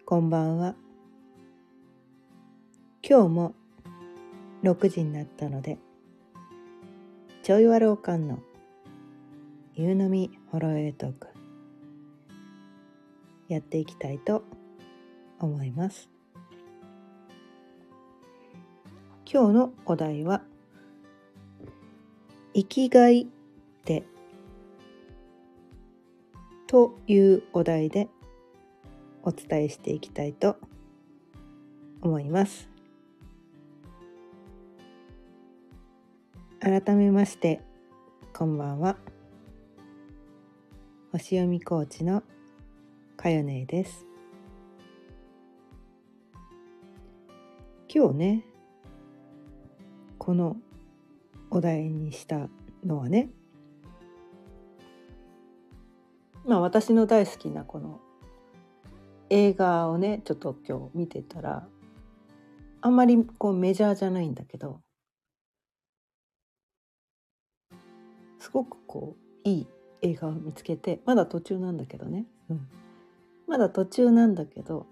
こんばんは。今日も6時になったので、ちょいわろうかんの夕飲みほろよいトークやっていきたいと思います。今日のお題は生きがいってというお題でお伝えしていきたいと思います。改めましてこんばんは。星読みコーチのかよねです。今日ね、このお題にしたのはね、私の大好きなこの映画をねちょっと今日見てたら、あんまりこうメジャーじゃないんだけど、すごくこういい映画を見つけて、まだ途中なんだけどね、まだ途中なんだけど、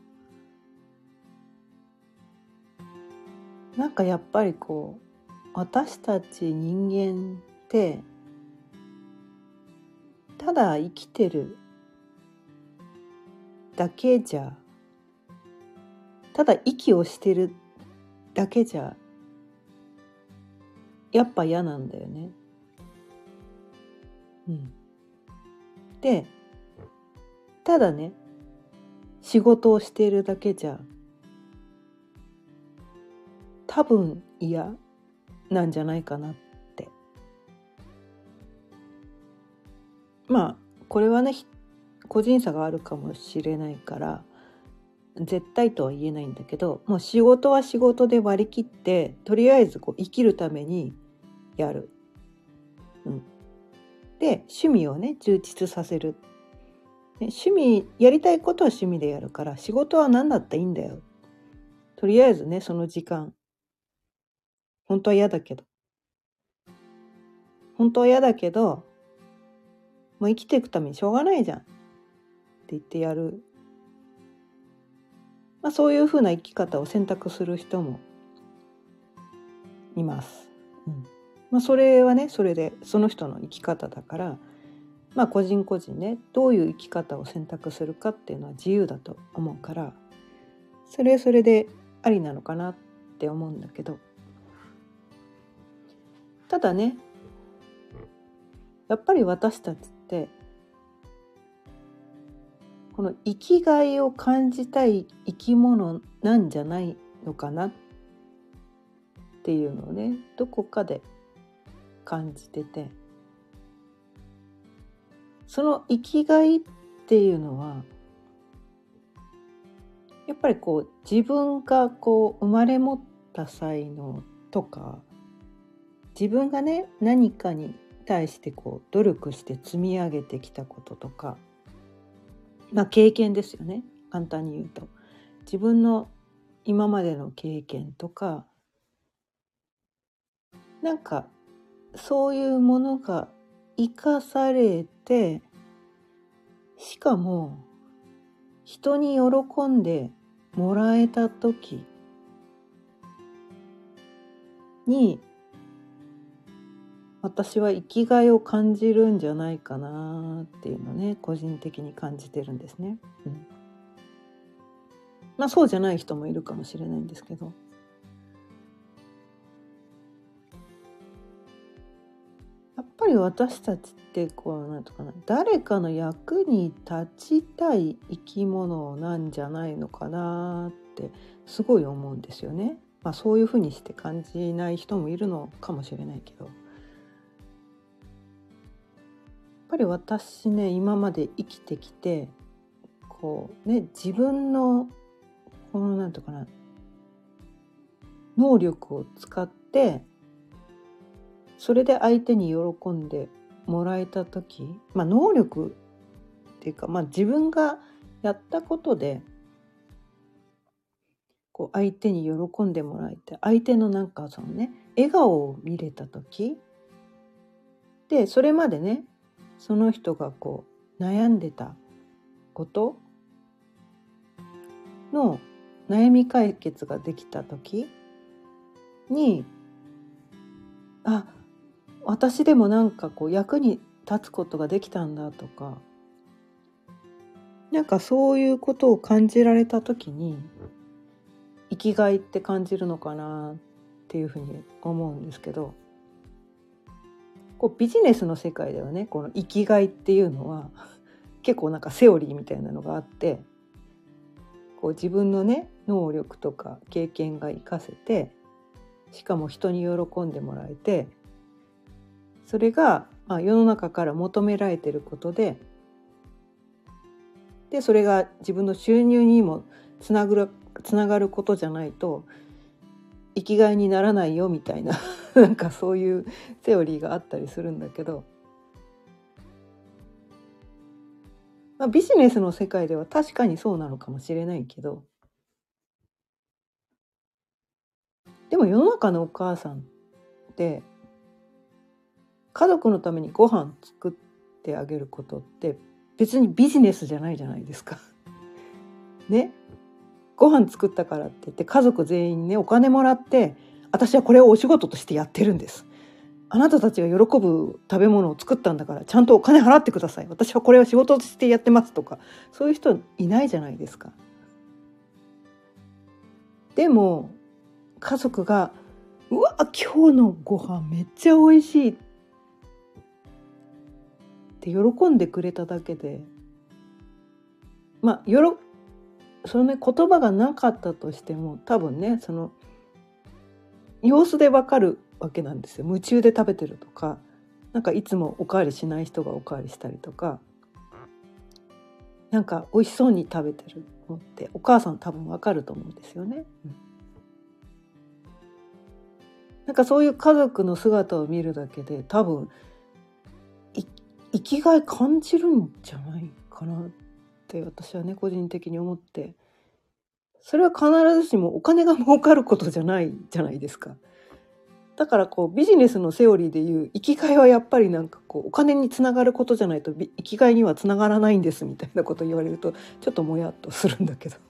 なんかやっぱりこう私たち人間ってただ生きてるだけじゃ、ただ息をしてるだけじゃやっぱ嫌なんだよね。で、ただね仕事をしているだけじゃ多分嫌なんじゃないかなって。これはね個人差があるかもしれないから絶対とは言えないんだけど、もう仕事は仕事で割り切って、とりあえずこう生きるためにやる、で趣味をね充実させる、趣味やりたいことは趣味でやるから、仕事は何だっていいんだよ。とりあえずねその時間、本当は嫌だけどもう生きていくためにしょうがないじゃんって言ってやる、そういうふうな生き方を選択する人もいます。それはねそれでその人の生き方だから、個人個人ねどういう生き方を選択するかっていうのは自由だと思うから、それでありなのかなって思うんだけど、ただねやっぱり私たちってこの生きがいを感じたい生き物なんじゃないのかなっていうのをねどこかで感じてて、その生きがいっていうのはやっぱりこう自分がこう生まれ持った才能とか、自分がね何かに対してこう努力して積み上げてきたこととか、経験ですよね。簡単に言うと自分の今までの経験とか、なんかそういうものが生かされて、しかも人に喜んでもらえた時に私は生きがいを感じるんじゃないかなっていうのね、個人的に感じてるんですね。そうじゃない人もいるかもしれないんですけど、やっぱり私たちってこうなんとかな、誰かの役に立ちたい生き物なんじゃないのかなってすごい思うんですよね。そういうふうにして感じない人もいるのかもしれないけど、やっぱり私ね今まで生きてきてこうね自分のこのなんとかな能力を使って、それで相手に喜んでもらえた時、能力っていうか、自分がやったことでこう相手に喜んでもらえて、相手のなんかそのね笑顔を見れた時で、それまでねその人がこう悩んでたことの悩み解決ができた時に、あ、私でもなんかこう役に立つことができたんだとか、なんかそういうことを感じられた時に生きがいって感じるのかなっていうふうに思うんですけど、こうビジネスの世界ではね、この生きがいっていうのは結構なんかセオリーみたいなのがあって、こう自分のね能力とか経験が活かせて、しかも人に喜んでもらえて、それが世の中から求められていることで、それが自分の収入にもつながることじゃないと生きがいにならないよみたいななんかそういうセオリーがあったりするんだけど、ビジネスの世界では確かにそうなのかもしれないけど、でも世の中のお母さんって家族のためにご飯作ってあげることって別にビジネスじゃないじゃないですかね。ご飯作ったからって言って家族全員ねお金もらって、私はこれをお仕事としてやってるんです、あなたたちが喜ぶ食べ物を作ったんだからちゃんとお金払ってください、私はこれを仕事としてやってますとか、そういう人いないじゃないですか。でも家族がうわ今日のご飯めっちゃ美味しいって喜んでくれただけで、そのね言葉がなかったとしても多分ねその様子でわかるわけなんですよ。夢中で食べてるとか、なんかいつもおかわりしない人がおかわりしたりとか、なんか美味しそうに食べてるのってお母さん多分わかると思うんですよね。なんかそういう家族の姿を見るだけで多分生きがい感じるんじゃないかなって私はね個人的に思って、それは必ずしもお金が儲かることじゃないじゃないですか。だからこうビジネスのセオリーでいう生きがいはやっぱりなんかこうお金につながることじゃないと生きがいにはつながらないんですみたいなこと言われるとちょっともやっとするんだけど、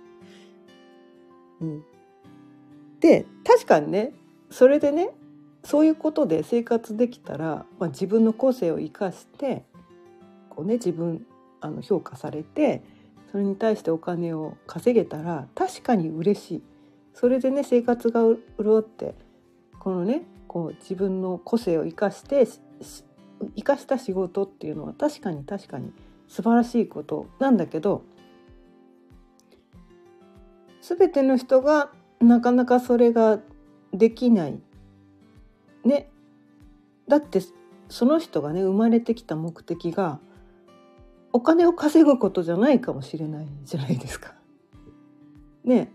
で確かにねそれでねそういうことで生活できたら、自分の個性を生かしてこうね自分評価されて、それに対してお金を稼げたら確かに嬉しい。それでね生活が潤って、このねこう自分の個性を生かした仕事っていうのは確かに素晴らしいことなんだけど、全ての人がなかなかそれができないね。だってその人がね生まれてきた目的がお金を稼ぐことじゃないかもしれないじゃないですか。ね。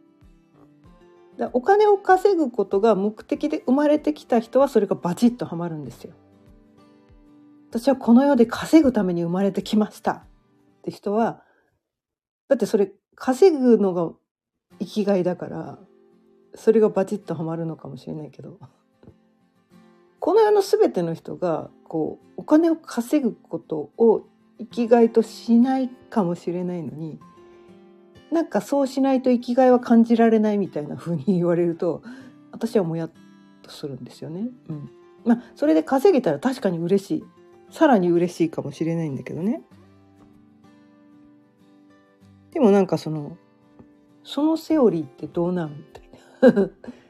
お金を稼ぐことが目的で生まれてきた人はそれがバチッとはまるんですよ。私はこの世で稼ぐために生まれてきましたって人は、だってそれ稼ぐのが生きがいだからそれがバチッとはまるのかもしれないけど、この世の全ての人がこうお金を稼ぐことを生きがいとしないかもしれないのに、なんかそうしないと生きがいは感じられないみたいな風に言われると私はもやっとするんですよね。それで稼げたら確かに嬉しい、さらに嬉しいかもしれないんだけどね。でもなんかそのセオリーってどうなんみたいな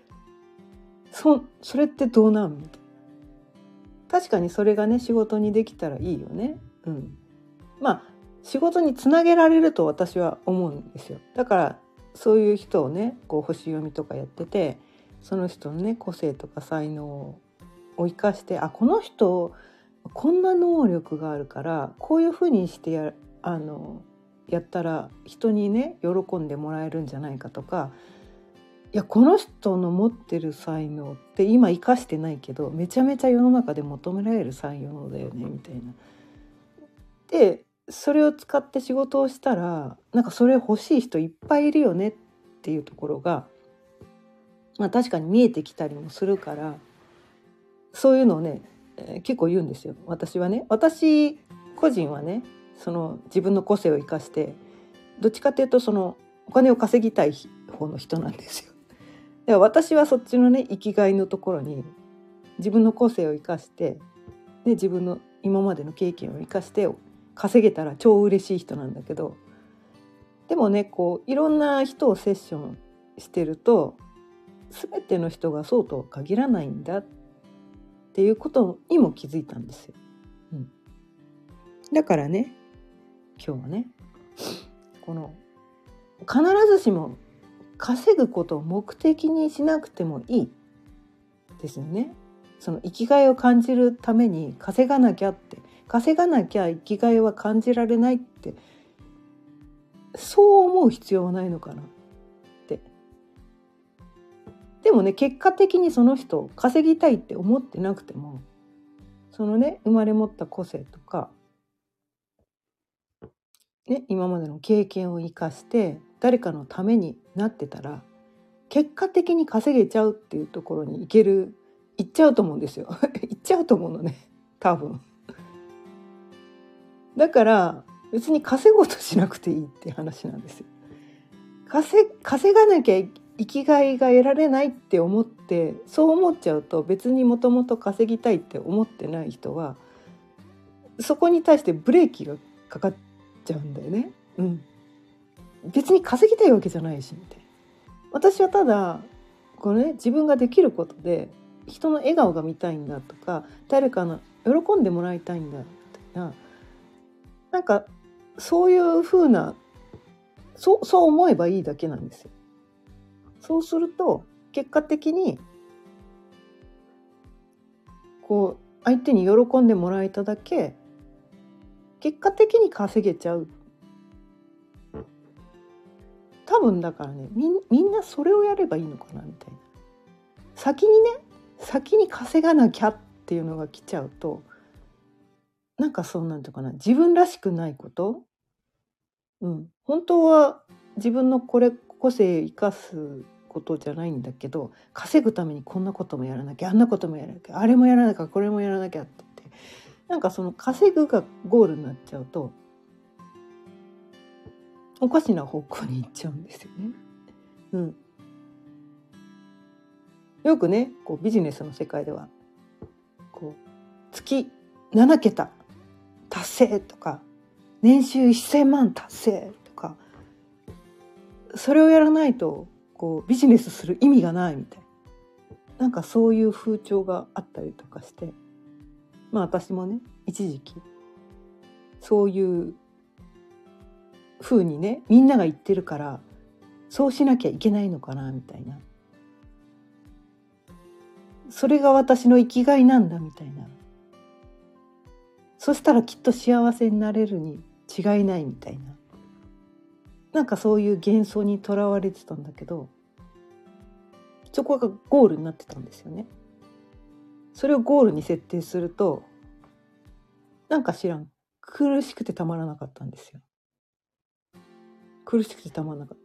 それってどうなんみたいな。確かにそれがね仕事にできたらいいよね。仕事につなげられると私は思うんですよ。だからそういう人をねこう星読みとかやってて、その人のね個性とか才能を生かして、この人こんな能力があるからこういうふうにしてやったら人にね喜んでもらえるんじゃないかとか、いやこの人の持ってる才能って今生かしてないけどめちゃめちゃ世の中で求められる才能だよねみたいな。でそれを使って仕事をしたらなんかそれ欲しい人いっぱいいるよねっていうところが、確かに見えてきたりもするから、そういうのをね、結構言うんですよ。私個人はねその自分の個性を生かして、どっちかっていうとそのお金を稼ぎたい方の人なんですよ。で私はそっちのね生きがいのところに自分の個性を生かして、で自分の今までの経験を生かして稼げたら超嬉しい人なんだけど、でもねこういろんな人をセッションしてると全ての人がそうとは限らないんだっていうことにも気づいたんですよ。だからね今日はねこの必ずしも稼ぐことを目的にしなくてもいいですよね。その生きがいを感じるために稼がなきゃ生きがいは感じられないって、そう思う必要はないのかなって。でもね結果的にその人稼ぎたいって思ってなくても、そのね生まれ持った個性とかね、今までの経験を生かして誰かのためになってたら結果的に稼げちゃうっていうところに行っちゃうと思うんですよ行っちゃうと思うのね多分。だから別に稼ごうとしなくていいっていう話なんですよ。稼がなきゃ生きがいが得られないって思って、そう思っちゃうと別にもともと稼ぎたいって思ってない人はそこに対してブレーキがかかっちゃうんだよね。別に稼ぎたいわけじゃないしみたいな。私はただこれね自分ができることで人の笑顔が見たいんだとか、誰かの喜んでもらいたいんだみたいな、なんかそういう風なそう思えばいいだけなんですよ。そうすると結果的にこう相手に喜んでもらえただけ結果的に稼げちゃう。多分だからねみんなそれをやればいいのかなみたいな。先に稼がなきゃっていうのが来ちゃうと、なんかそうなんていうかな、自分らしくないこと、本当は自分の個性生かすことじゃないんだけど、稼ぐためにこんなこともやらなきゃ、あんなこともやらなきゃ、あれもやらなきゃ、これもやらなきゃって言って、なんかその稼ぐがゴールになっちゃうとおかしな方向に行っちゃうんですよね。よくねこうビジネスの世界ではこう月7桁達成とか年収1000万達成とか、それをやらないとこうビジネスする意味がないみたいな、なんかそういう風潮があったりとかして、私もね一時期そういう風にねみんなが言ってるからそうしなきゃいけないのかなみたいな、それが私の生きがいなんだみたいな、そしたらきっと幸せになれるに違いないみたいな、なんかそういう幻想にとらわれてたんだけど、そこがゴールになってたんですよね。それをゴールに設定するとなんか知らん苦しくてたまらなかったんですよ。苦しくてたまらなかった。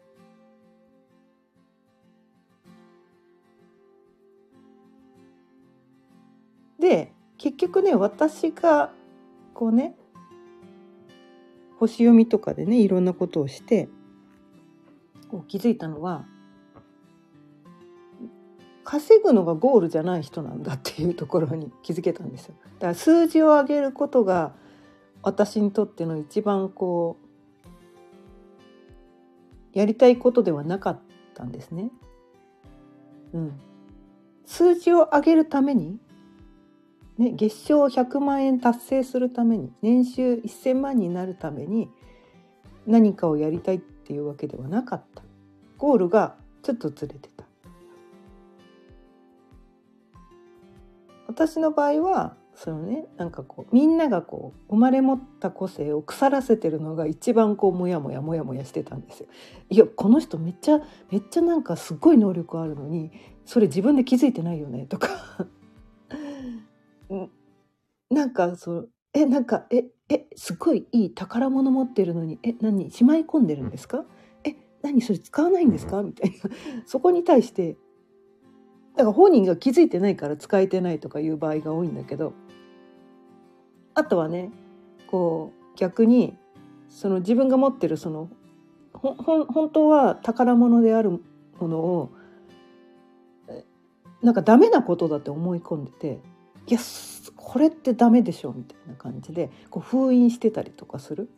で結局ね私がこうね星読みとかでねいろんなことをしてこう気づいたのは、稼ぐのがゴールじゃない人なんだっていうところに気づけたんですよ。だから数字を上げることが私にとっての一番こうやりたいことではなかったんですね。数字を上げるために月賞100万円達成するために、年収1000万になるために何かをやりたいっていうわけではなかった。ゴールがちょっとずれてた。私の場合はそのねなんかこうみんながこう生まれ持った個性を腐らせてるのが一番こうモヤモヤしてたんですよ。いやこの人めっちゃなんかすごい能力あるのにそれ自分で気づいてないよねとかなんかすごいいい宝物持ってるのに何しまい込んでるんですか、何それ使わないんですかみたいなそこに対してだから本人が気づいてないから使えてないとかいう場合が多いんだけど、あとはねこう逆にその自分が持ってるその本当は宝物であるものをなんかダメなことだって思い込んでて、いやこれってダメでしょみたいな感じでこう封印してたりとかする。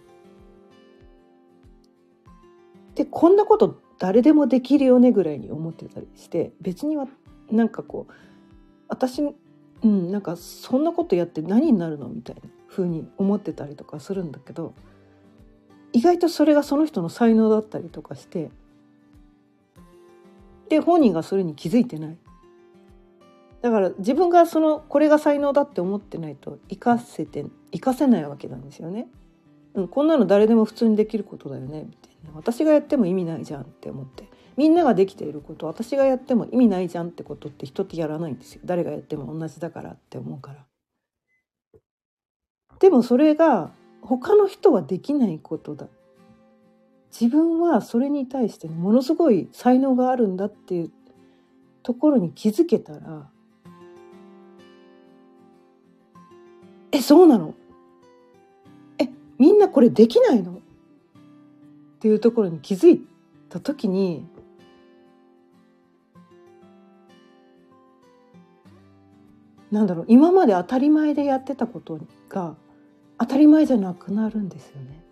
でこんなこと誰でもできるよねぐらいに思ってたりして、別にはなんかこう私、なんかそんなことやって何になるのみたいな風に思ってたりとかするんだけど、意外とそれがその人の才能だったりとかして、で本人がそれに気づいてない。だから自分がこれが才能だって思ってないと活かせないわけなんですよね。こんなの誰でも普通にできることだよねみたいな、私がやっても意味ないじゃんって思って、みんなができていること私がやっても意味ないじゃんってことって人ってやらないんですよ。誰がやっても同じだからって思うから。でもそれが他の人はできないことだ、自分はそれに対してものすごい才能があるんだっていうところに気づけたら、そうなの？みんなこれできないの？っていうところに気づいた時に、今まで当たり前でやってたことが当たり前じゃなくなるんですよね。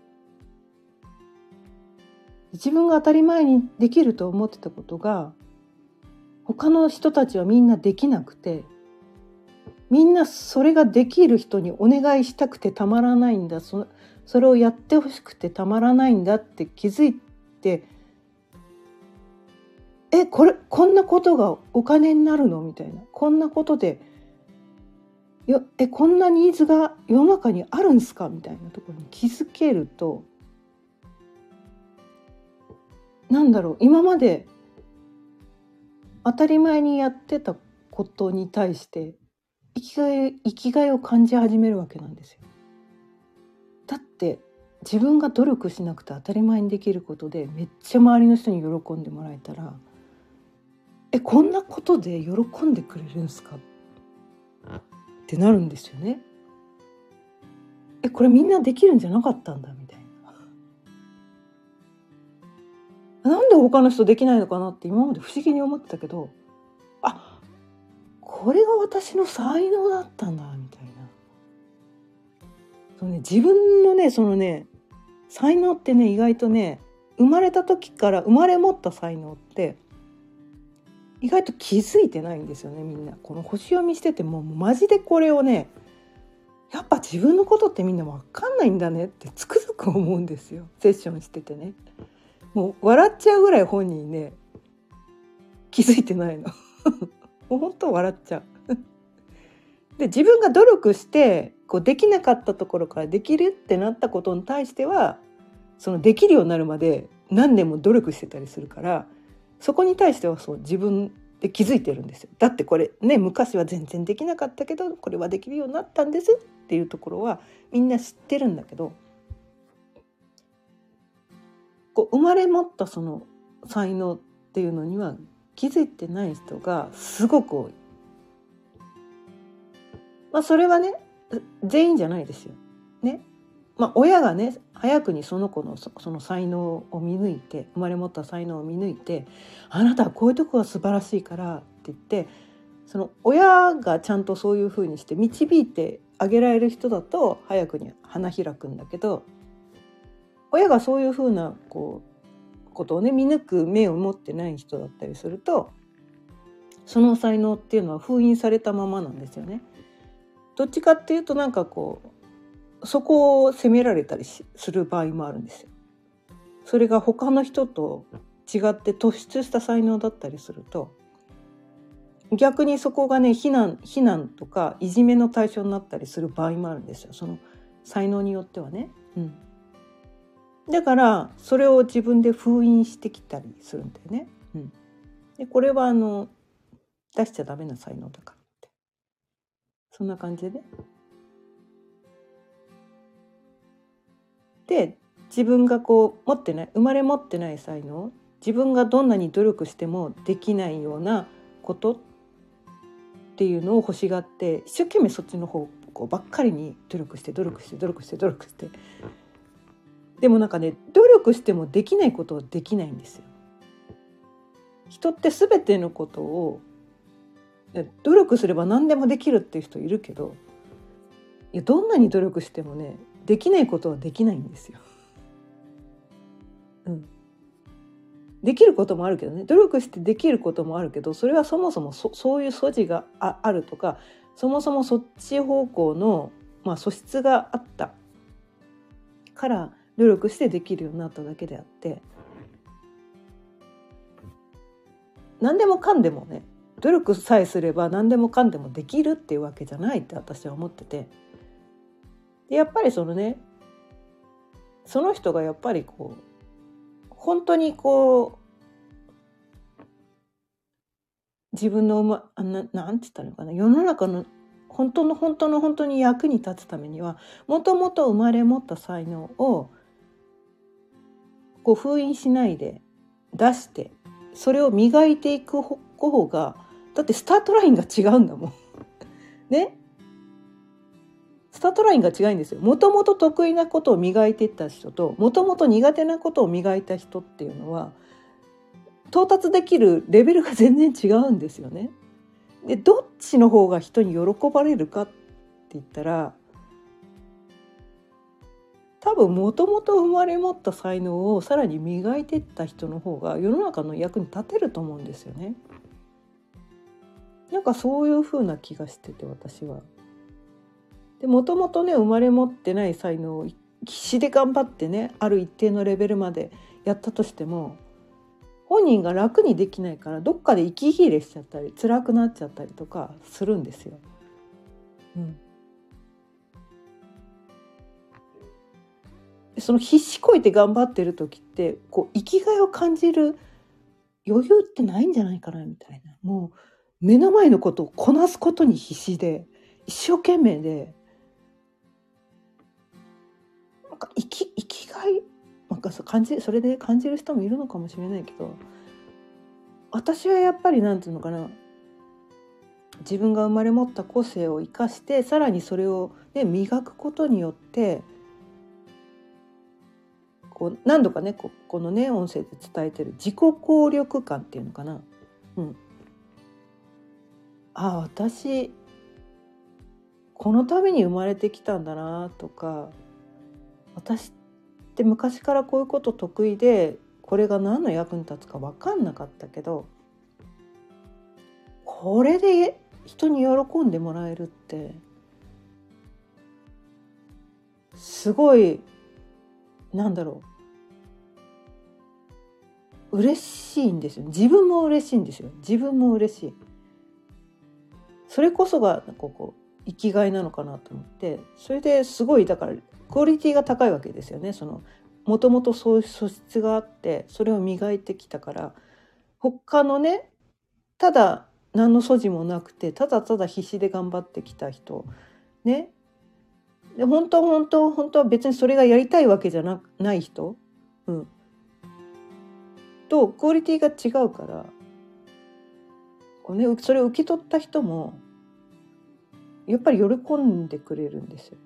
自分が当たり前にできると思ってたことが他の人たちはみんなできなくて、みんなそれができる人にお願いしたくてたまらないんだ、それをやってほしくてたまらないんだって気づいて、こんなことがお金になるのみたいな、こんなことでこんなニーズが世の中にあるんすかみたいなところに気づけると、今まで当たり前にやってたことに対して生きがいを感じ始めるわけなんですよ。だって自分が努力しなくて当たり前にできることでめっちゃ周りの人に喜んでもらえたら、こんなことで喜んでくれるんすかってなるんですよね。これみんなできるんじゃなかったんだみたいな。なんで他の人できないのかなって今まで不思議に思ってたけど、これが私の才能だったんだみたいな。自分の才能って意外と生まれた時から生まれ持った才能って意外と気づいてないんですよね。みんなこの星読みしててもマジでこれをやっぱ自分のことってみんな分かんないんだねってつくづく思うんですよ。セッションしててもう笑っちゃうぐらい本人気づいてないのもう本当笑っちゃうで自分が努力してできなかったところからできるってなったことに対しては、できるようになるまで何年も努力してたりするから、そこに対しては自分で気づいてるんですよ。だってこれ昔は全然できなかったけどこれはできるようになったんですっていうところはみんな知ってるんだけど、生まれ持った才能っていうのには気づいてない人がすごく多い。それは全員じゃないですよ。親が早くにその子のその才能を見抜いて、生まれ持った才能を見抜いて、あなたはこういうとこが素晴らしいからって言って、その親がちゃんとそういうふうにして導いてあげられる人だと早くに花開くんだけど、親がそういうふうなことを見抜く目を持ってない人だったりすると、その才能っていうのは封印されたままなんですよね。どっちかっていうとそこを責められたりする場合もあるんですよ。それが他の人と違って突出した才能だったりすると、逆にそこが非難とかいじめの対象になったりする場合もあるんですよ。その才能によってはだからそれを自分で封印してきたりするんだよね。でこれは出しちゃダメな才能だからって、そんな感じでで自分が持ってない、生まれ持ってない才能、自分がどんなに努力してもできないようなことっていうのを欲しがって、一生懸命そっちの方ばっかりに努力してででもなんかね、努力してもできないことはできないんですよ。人って全てのことを努力すれば何でもできるっていう人いるけど、いやどんなに努力してもね、できないことはできないんですよ。うん、できることもあるけどね、努力してできることもあるけど、それはそもそもそういう素地があるとか、そもそもそっち方向の、素質があったから努力してできるようになっただけであって、何でもかんでもね、努力さえすれば何でもかんでもできるっていうわけじゃないって私は思ってて、でやっぱりそのね、その人がやっぱりこう本当にこう自分のなんて言ったらいいのかな、世の中の本当に役に立つためには、もともと生まれ持った才能をこう封印しないで出して、それを磨いていく方が、だってスタートラインが違うんだもんね。スタートラインが違うんですよ。もともと得意なことを磨いていった人と、もともと苦手なことを磨いた人っていうのは、到達できるレベルが全然違うんですよね。でどっちの方が人に喜ばれるかって言ったら、多分もともと生まれ持った才能をさらに磨いていった人の方が世の中の役に立てると思うんですよね。なんかそういう風な気がしてて、私は。でもともとね、生まれ持ってない才能を必死で頑張ってね、ある一定のレベルまでやったとしても、本人が楽にできないからどっかで息切れしちゃったり辛くなっちゃったりとかするんですよ。その必死こいて頑張ってる時ってこう生きがいを感じる余裕ってないんじゃないかなみたいな、もう目の前のことをこなすことに必死で一生懸命で、なんか生きがいなんかそれで感じる人もいるのかもしれないけど、私はやっぱりなんていうのかな、自分が生まれ持った個性を生かしてさらにそれを、ね、磨くことによってこう何度かね、このね音声で伝えてる自己効力感っていうのかな、私このために生まれてきたんだなとか、私って昔からこういうこと得意でこれが何の役に立つか分かんなかったけど、これで人に喜んでもらえるってすごい、なんだろう、嬉しいんですよ。自分も嬉しいんですよ。自分も嬉しい。それこそがこう生きがいなのかなと思って、それですごいだからクオリティが高いわけですよね。そのもともとそういう素質があってそれを磨いてきたから、他のね、ただ何の素地もなくてただただ必死で頑張ってきた人ね、で本当は別にそれがやりたいわけじゃない人、とクオリティが違うから、こうね、それを受け取った人もやっぱり喜んでくれるんですよ。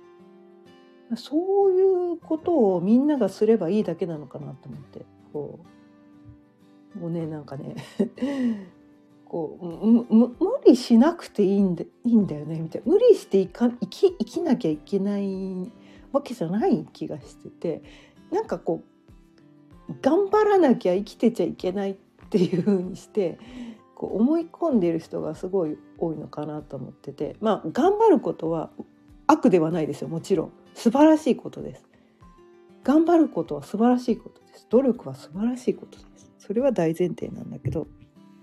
そういうことをみんながすればいいだけなのかなと思って、もうね、なんかねこう無理しなくていいんだよねみたいな、無理して生きなきゃいけないわけじゃない気がしてて、なんかこう頑張らなきゃ生きてちゃいけないっていう風にしてこう思い込んでいる人がすごい多いのかなと思ってて、頑張ることは悪ではないですよ。もちろん素晴らしいことです。頑張ることは素晴らしいことです。努力は素晴らしいことです。それは大前提なんだけど、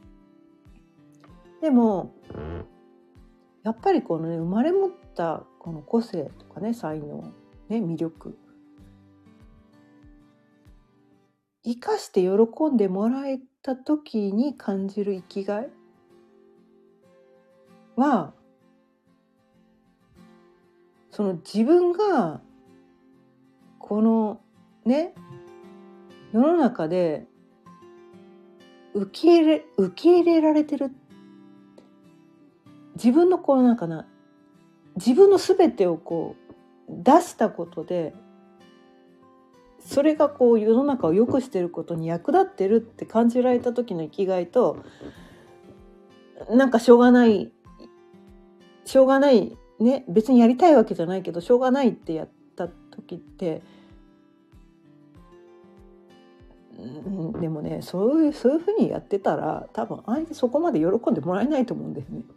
でもやっぱりこのね、生まれ持ったこの個性とかね、才能ね、魅力生かして喜んでもらえた時に感じる生きがいは、その自分がこのね、世の中で受け入れられてる、自分のこうなんかな、自分の全てをこう出したことでそれがこう世の中を良くしてることに役立ってるって感じられた時の生きがいと、なんかしょうがないね、別にやりたいわけじゃないけどしょうがないってやった時って、でもね、そういうふうにやってたら多分相手そこまで喜んでもらえないと思うんだよね。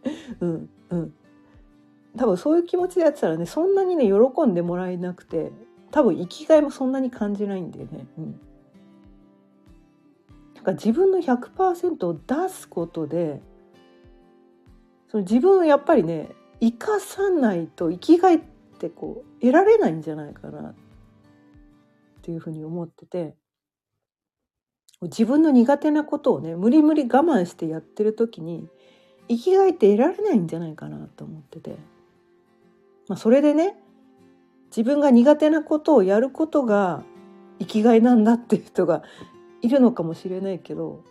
多分そういう気持ちでやってたらね、そんなにね喜んでもらえなくて、多分生きがいもそんなに感じないんだよね。なんか自分の 100% を出すことで、その自分をやっぱりね生かさないと生きがいってこう得られないんじゃないかなっていうふうに思ってて、自分の苦手なことをね無理無理我慢してやってる時に生きがいって得られないんじゃないかなと思ってて、それでね、自分が苦手なことをやることが生きがいなんだっていう人がいるのかもしれないけど、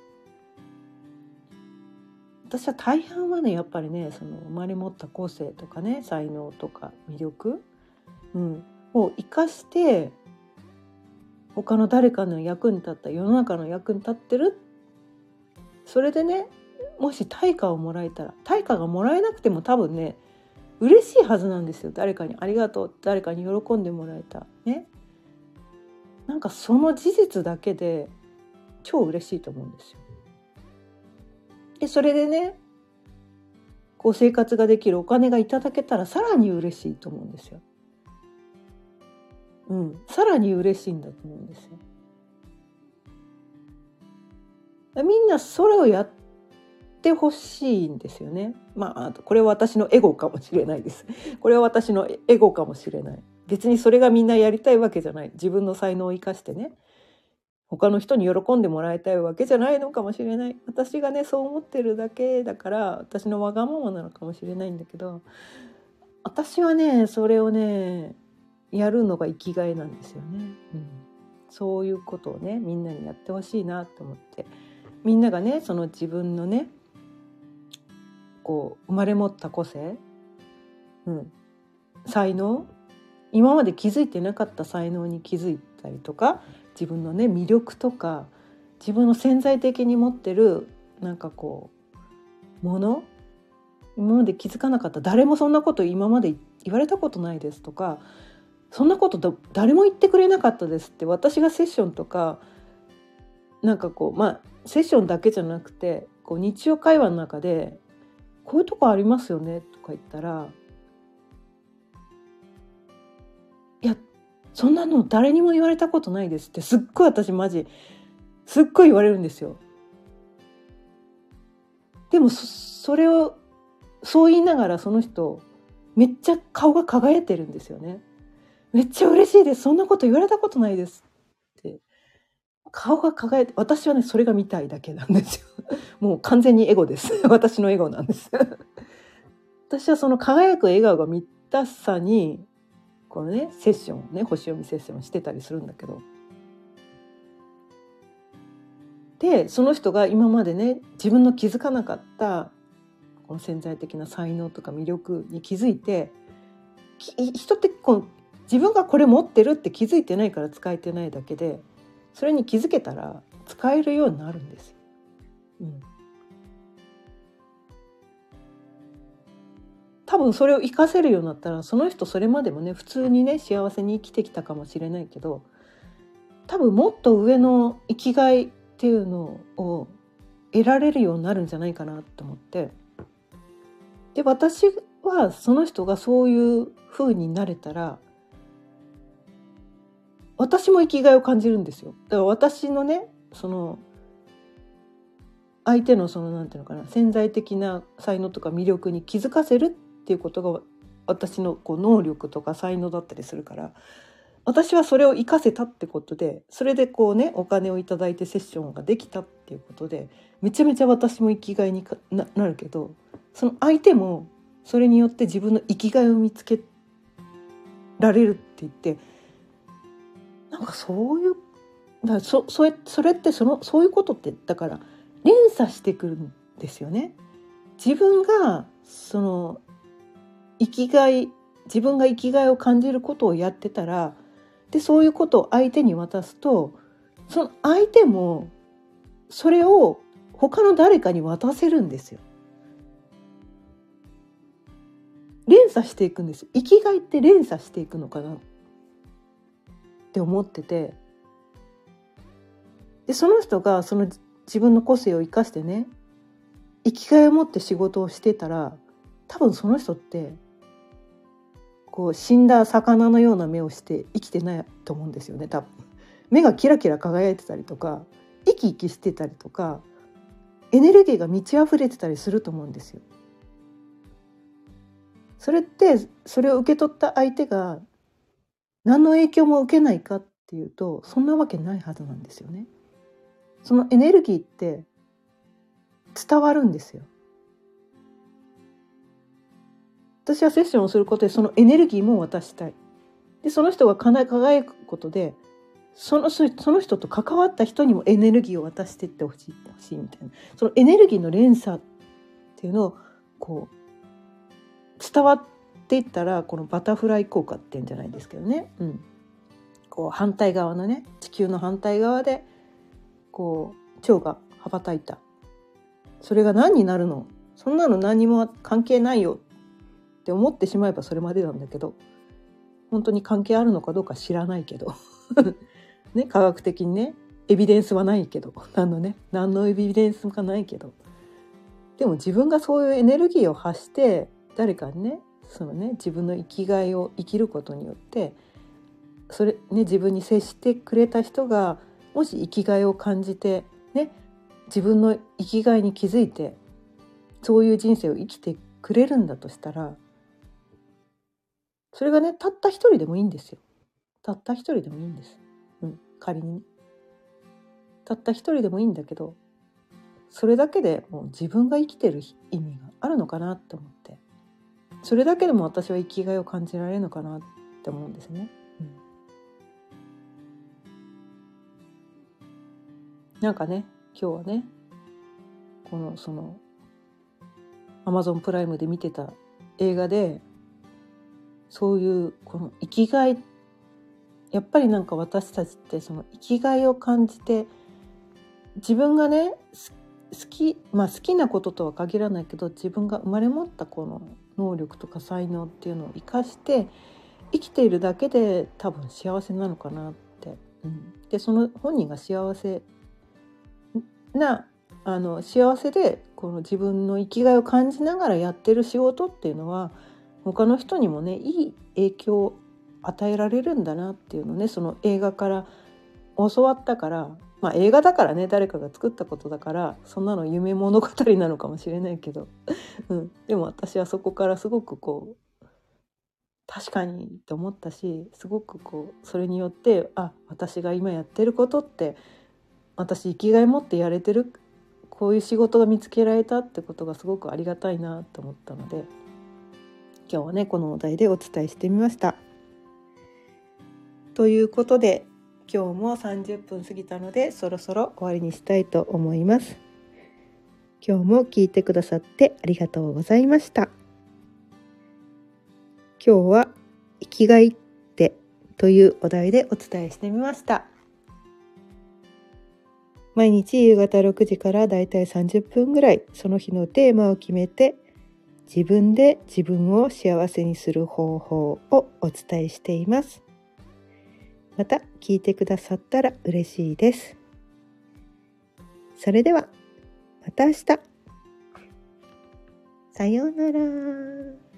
私は大半はねやっぱりね、その生まれ持った個性とかね、才能とか魅力、を生かして他の誰かの役に立った、世の中の役に立ってる。それでね、もし対価をもらえたら、対価がもらえなくても多分ね嬉しいはずなんですよ。誰かにありがとう、誰かに喜んでもらえたね、なんかその事実だけで超嬉しいと思うんですよ。でそれでね、こう生活ができるお金がいただけたらさらに嬉しいと思うんですよ。さらに嬉しいんだと思うんですよ。みんなそれをやってほしいんですよね。これは私のエゴかもしれないです。これは私のエゴかもしれない。別にそれがみんなやりたいわけじゃない。自分の才能を生かしてね、他の人に喜んでもらいたいわけじゃないのかもしれない。私がねそう思ってるだけだから、私のわがままなのかもしれないんだけど、私はねそれをねやるのが生きがいなんですよね。そういうことをねみんなにやってほしいなと思って、みんながねその自分のねこう生まれ持った個性、才能、今まで気づいてなかった才能に気づいたりとか、自分のね魅力とか、自分の潜在的に持ってるなんかこうもの、今まで気づかなかった、誰もそんなこと今まで言われたことないですとか、そんなこと誰も言ってくれなかったですって、私がセッションとかなんかこうセッションだけじゃなくてこう日常会話の中でこういうとこありますよねとか言ったら、いやそんなの誰にも言われたことないですって、すっごい私マジすっごい言われるんですよ。でもそれをそう言いながら、その人めっちゃ顔が輝いてるんですよね。めっちゃ嬉しいです、そんなこと言われたことないですって顔が輝いて、私はねそれが見たいだけなんですよ。もう完全にエゴです。私のエゴなんです。私はその輝く笑顔が見たさにこのねセッションね、星読みセッションしてたりするんだけど、でその人が今までね自分の気づかなかったこの潜在的な才能とか魅力に気づいて、人ってこう自分がこれ持ってるって気づいてないから使えてないだけで、それに気づけたら使えるようになるんですよ。多分それを活かせるようになったら、その人それまでもね普通にね幸せに生きてきたかもしれないけど、多分もっと上の生きがいっていうのを得られるようになるんじゃないかなと思って、で私はその人がそういう風になれたら私も生きがいを感じるんですよ。だから私のねその相手のそのなんていうのかな、潜在的な才能とか魅力に気づかせるっていうことが私のこう能力とか才能だったりするから、私はそれを活かせたってことで、それでこうねお金をいただいてセッションができたっていうことで、めちゃめちゃ私も生きがいになるけど、その相手もそれによって自分の生きがいを見つけられるって言って、なんかそういうだからそれってそういうことってだから連鎖してくるんですよね。自分がその生きがい、自分が生きがいを感じることをやってたら、 でそういうことを相手に渡すと、その相手もそれを他の誰かに渡せるんですよ。連鎖していくんです。生きがいって連鎖していくのかなって思ってて、でその人がその自分の個性を生かしてね、生きがいを持って仕事をしてたら、多分その人ってこう死んだ魚のような目をして生きてないと思うんですよね。多分目がキラキラ輝いてたりとか、生き生きしてたりとか、エネルギーが満ち溢れてたりすると思うんですよ。それってそれを受け取った相手が何の影響も受けないかっていうと、そんなわけないはずなんですよね。そのエネルギーって伝わるんですよ。私はセッションをすることでそのエネルギーも渡したい。でその人が輝くことで、その人と関わった人にもエネルギーを渡していってほしいみたいな、そのエネルギーの連鎖っていうのをこう伝わっていったら、このバタフライ効果っていうんじゃないですけどね、こう反対側のね、地球の反対側でこう蝶が羽ばたいた。それが何になるの？そんなの何にも関係ないよって思ってしまえばそれまでなんだけど、本当に関係あるのかどうか知らないけどね、科学的にねエビデンスはないけど、何のエビデンスもないけど、でも自分がそういうエネルギーを発して誰かにね、そのね自分の生きがいを生きることによって、それね、自分に接してくれた人がもし生きがいを感じてね、自分の生きがいに気づいてそういう人生を生きてくれるんだとしたら、それがねたった一人でもいいんですよ。たった一人でもいいんです。仮にね、たった一人でもいいんだけど、それだけでもう自分が生きてる意味があるのかなって思って、それだけでも私は生きがいを感じられるのかなって思うんですね。なんかね、今日はね、そのAmazon プライムで見てた映画で、そういうこの生きがい、やっぱりなんか私たちってその生きがいを感じて、自分がね好きなこととは限らないけど、自分が生まれ持ったこの能力とか才能っていうのを生かして生きているだけで多分幸せなのかなって、でその本人が幸せでこの自分の生きがいを感じながらやってる仕事っていうのは、他の人にもねいい影響を与えられるんだなっていうのをね、その映画から教わったから、映画だからね、誰かが作ったことだからそんなの夢物語なのかもしれないけど、でも私はそこからすごくこう確かにと思ったし、すごくこうそれによって、私が今やってることって、私生きがい持ってやれてる、こういう仕事が見つけられたってことがすごくありがたいなと思ったので、今日はねこのお題でお伝えしてみました。ということで今日も30分過ぎたので、そろそろ終わりにしたいと思います。今日も聞いてくださってありがとうございました。今日は生きがいってというお題でお伝えしてみました。毎日夕方6時からだいたい30分ぐらい、その日のテーマを決めて自分で自分を幸せにする方法をお伝えしています。また聞いてくださったら嬉しいです。それではまた明日。さようなら。